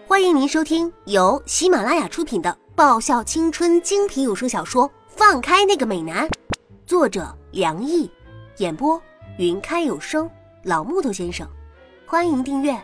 欢迎您收听由喜马拉雅出品的爆笑青春精品有声小说《放开那个美男》，作者梁毅，演播云开有声，老木头先生。欢迎订阅。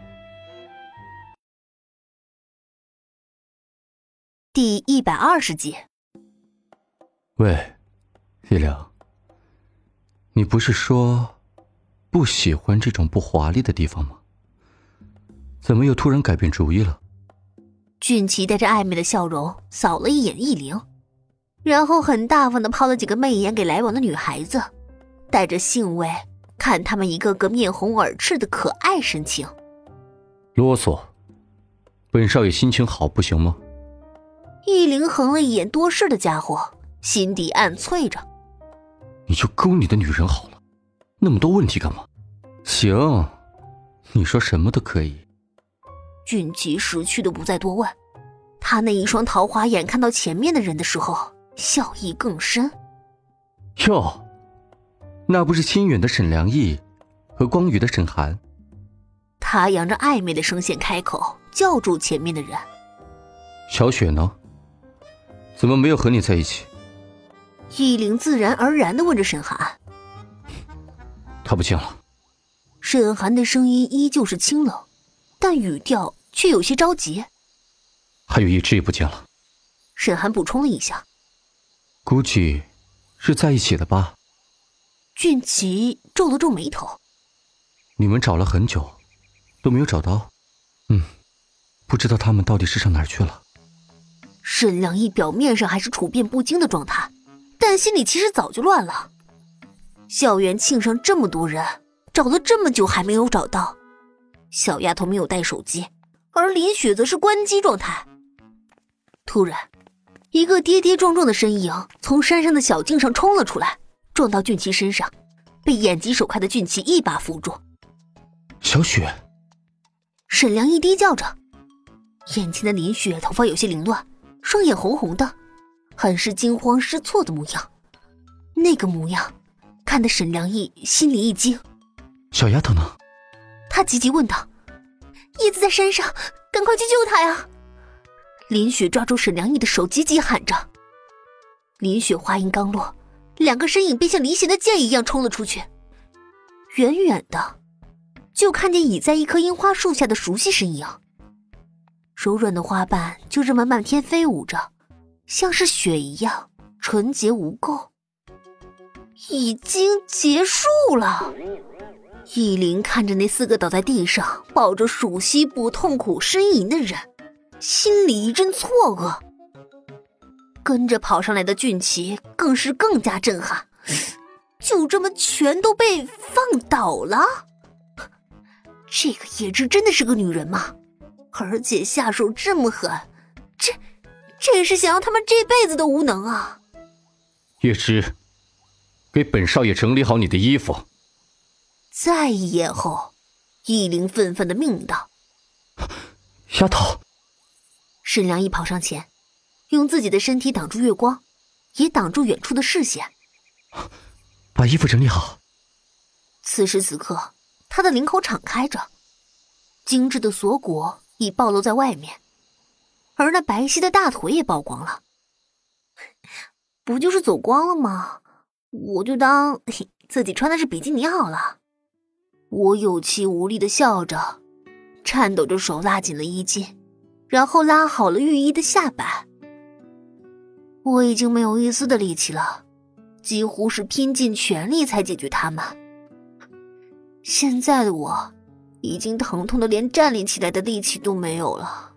第120集。 喂，叶良，你不是说不喜欢这种不华丽的地方吗？怎么又突然改变主意了？ 俊奇带着暧昧的笑容扫了一眼易灵，然后很大方地抛了几个媚眼给来往的女孩子，带着兴味看他们一个个面红耳赤的可爱神情。 啰嗦，本少爷心情好不行吗？ 易灵横了一眼多事的家伙，心底暗啐着， 你就勾你的女人好了，那么多问题干嘛？行，你说什么都可以。 俊奇识趣的不再多问，他那一双桃花眼看到前面的人的时候，笑意更深。 哟，那不是清远的沈良义和光宇的沈寒？ 他扬着暧昧的声线开口，叫住前面的人。 小雪呢？怎么没有和你在一起？ 易灵自然而然地问着沈寒。 他不见了。 沈寒的声音依旧是清冷，但语调却有些着急。 还有一只也不见了。 沈寒补充了一下。 估计是在一起的吧。 俊奇皱了皱眉头。 你们找了很久都没有找到？不知道他们到底是上哪儿去了。 沈良义表面上还是处变不惊的状态，但心里其实早就乱了。校园庆上这么多人，找了这么久还没有找到。小丫头没有带手机，而林雪则是关机状态。突然，一个跌跌撞撞的身影从山上的小径上冲了出来，撞到俊奇身上，被眼疾手快的俊奇一把扶住。 小雪！ 沈良义低叫着，眼前的林雪头发有些凌乱，双眼红红的，很是惊慌失措的模样。那个模样看得沈良义心里一惊。 小丫头呢？ 他急急问道。叶子在山上，赶快去救她呀！林雪抓住沈良义的手急急喊着。林雪话音刚落，两个身影便像离弦的箭一样冲了出去。远远的就看见倚在一棵樱花树下的熟悉身影，柔软的花瓣就这么漫天飞舞着，像是雪一样纯洁无垢。已经结束了。易灵看着那4个倒在地上抱着鼠西部痛苦呻吟的人，心里一阵错愕。跟着跑上来的俊奇更是更加震撼，就这么全都被放倒了？这个野枝真的是个女人吗？而且下手这么狠，这是想要他们这辈子的无能啊！ 叶芝，给本少爷整理好你的衣服。 再一夜后，易灵愤愤地命道： 丫头！ 沈良义跑上前，用自己的身体挡住月光，也挡住远处的视线。 把衣服整理好。 此时此刻，他的领口敞开着，精致的锁骨已暴露在外面，而那白皙的大腿也曝光了。不就是走光了吗？我就当自己穿的是比基尼好了。我有气无力地笑着，颤抖着手拉紧了衣襟，然后拉好了浴衣的下摆。我已经没有一丝的力气了，几乎是拼尽全力才解决他们。现在的我已经疼痛的连站立起来的力气都没有了。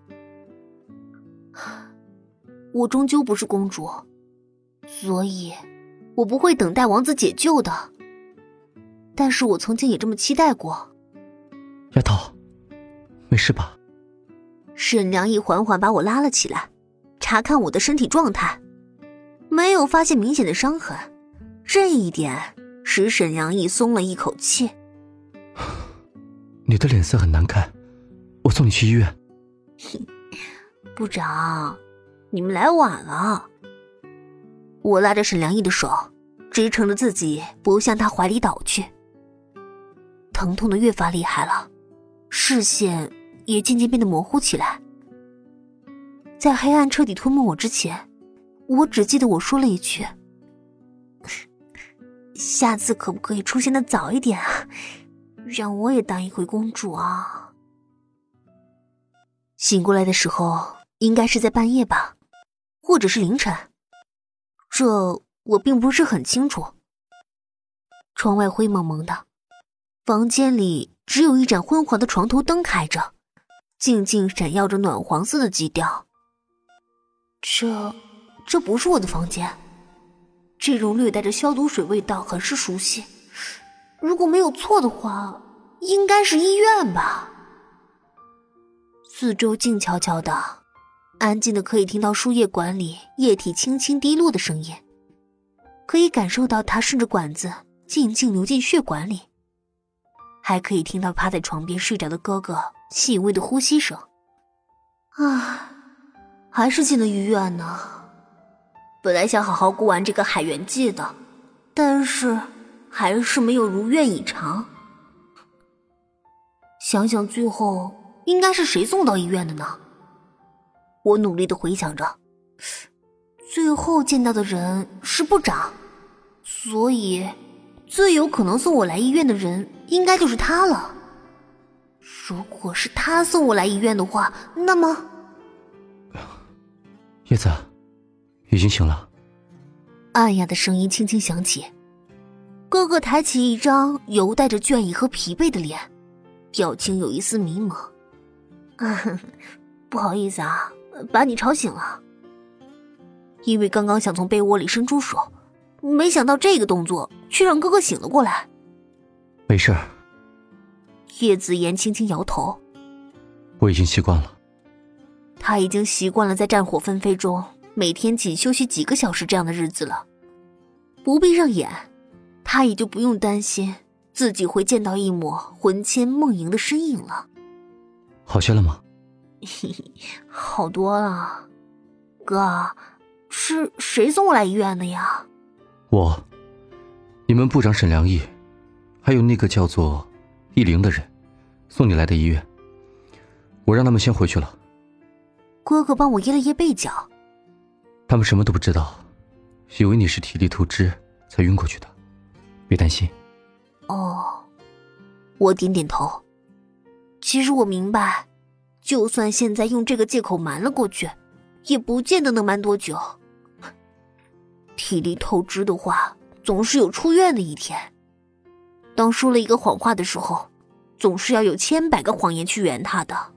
我终究不是公主，所以我不会等待王子解救的。但是我曾经也这么期待过。 丫头，没事吧？ 沈良义缓缓把我拉了起来，查看我的身体状态，没有发现明显的伤痕，这一点使沈良义松了一口气。 你的脸色很难看，我送你去医院。 部长，你们来晚了。我拉着沈良义的手，支撑着自己不向他怀里倒去。疼痛的越发厉害了，视线也渐渐变得模糊起来。在黑暗彻底吞没我之前，我只记得我说了一句：下次可不可以出现的早一点啊，让我也当一回公主啊。醒过来的时候应该是在半夜吧，或者是凌晨，这我并不是很清楚。窗外灰蒙蒙的，房间里只有一盏昏黄的床头灯开着，静静闪耀着暖黄色的基调。这不是我的房间，这种略带着消毒水味道很是熟悉，如果没有错的话，应该是医院吧。四周静悄悄的，安静的可以听到输液管里液体轻轻滴落的声音，可以感受到它顺着管子静静流进血管里，还可以听到趴在床边睡着的哥哥细微的呼吸声。还是进了医院呢。本来想好好过完这个海员季的，但是还是没有如愿以偿。想想最后应该是谁送到医院的呢？我努力地回想着，最后见到的人是部长，所以最有可能送我来医院的人应该就是他了。如果是他送我来医院的话，那么…… 叶子，已经醒了。 暗哑的声音轻轻响起，哥哥抬起一张犹带着倦意和疲惫的脸，表情有一丝迷茫。不好意思啊，把你吵醒了。因为刚刚想从被窝里伸出手，没想到这个动作却让哥哥醒了过来。 没事儿。 叶子言轻轻摇头。 我已经习惯了。 他已经习惯了在战火纷飞中每天仅休息几个小时这样的日子了，不闭上眼，他也就不用担心自己会见到一抹魂牵梦萦的身影了。 好些了吗？ 好多了。哥，是谁送我来医院的呀？ 我，你们部长沈良义，还有那个叫做易灵的人，送你来的医院。我让他们先回去了。 哥哥帮我掖了掖被角。 他们什么都不知道，以为你是体力透支才晕过去的，别担心。 哦，我点点头。其实我明白，就算现在用这个借口瞒了过去，也不见得能瞒多久。体力透支的话，总是有出院的一天。当说了一个谎话的时候，总是要有千百个谎言去圆它的。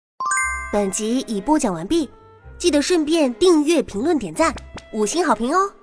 本集已播讲完毕，记得顺便订阅、评论、点赞，5星好评哦！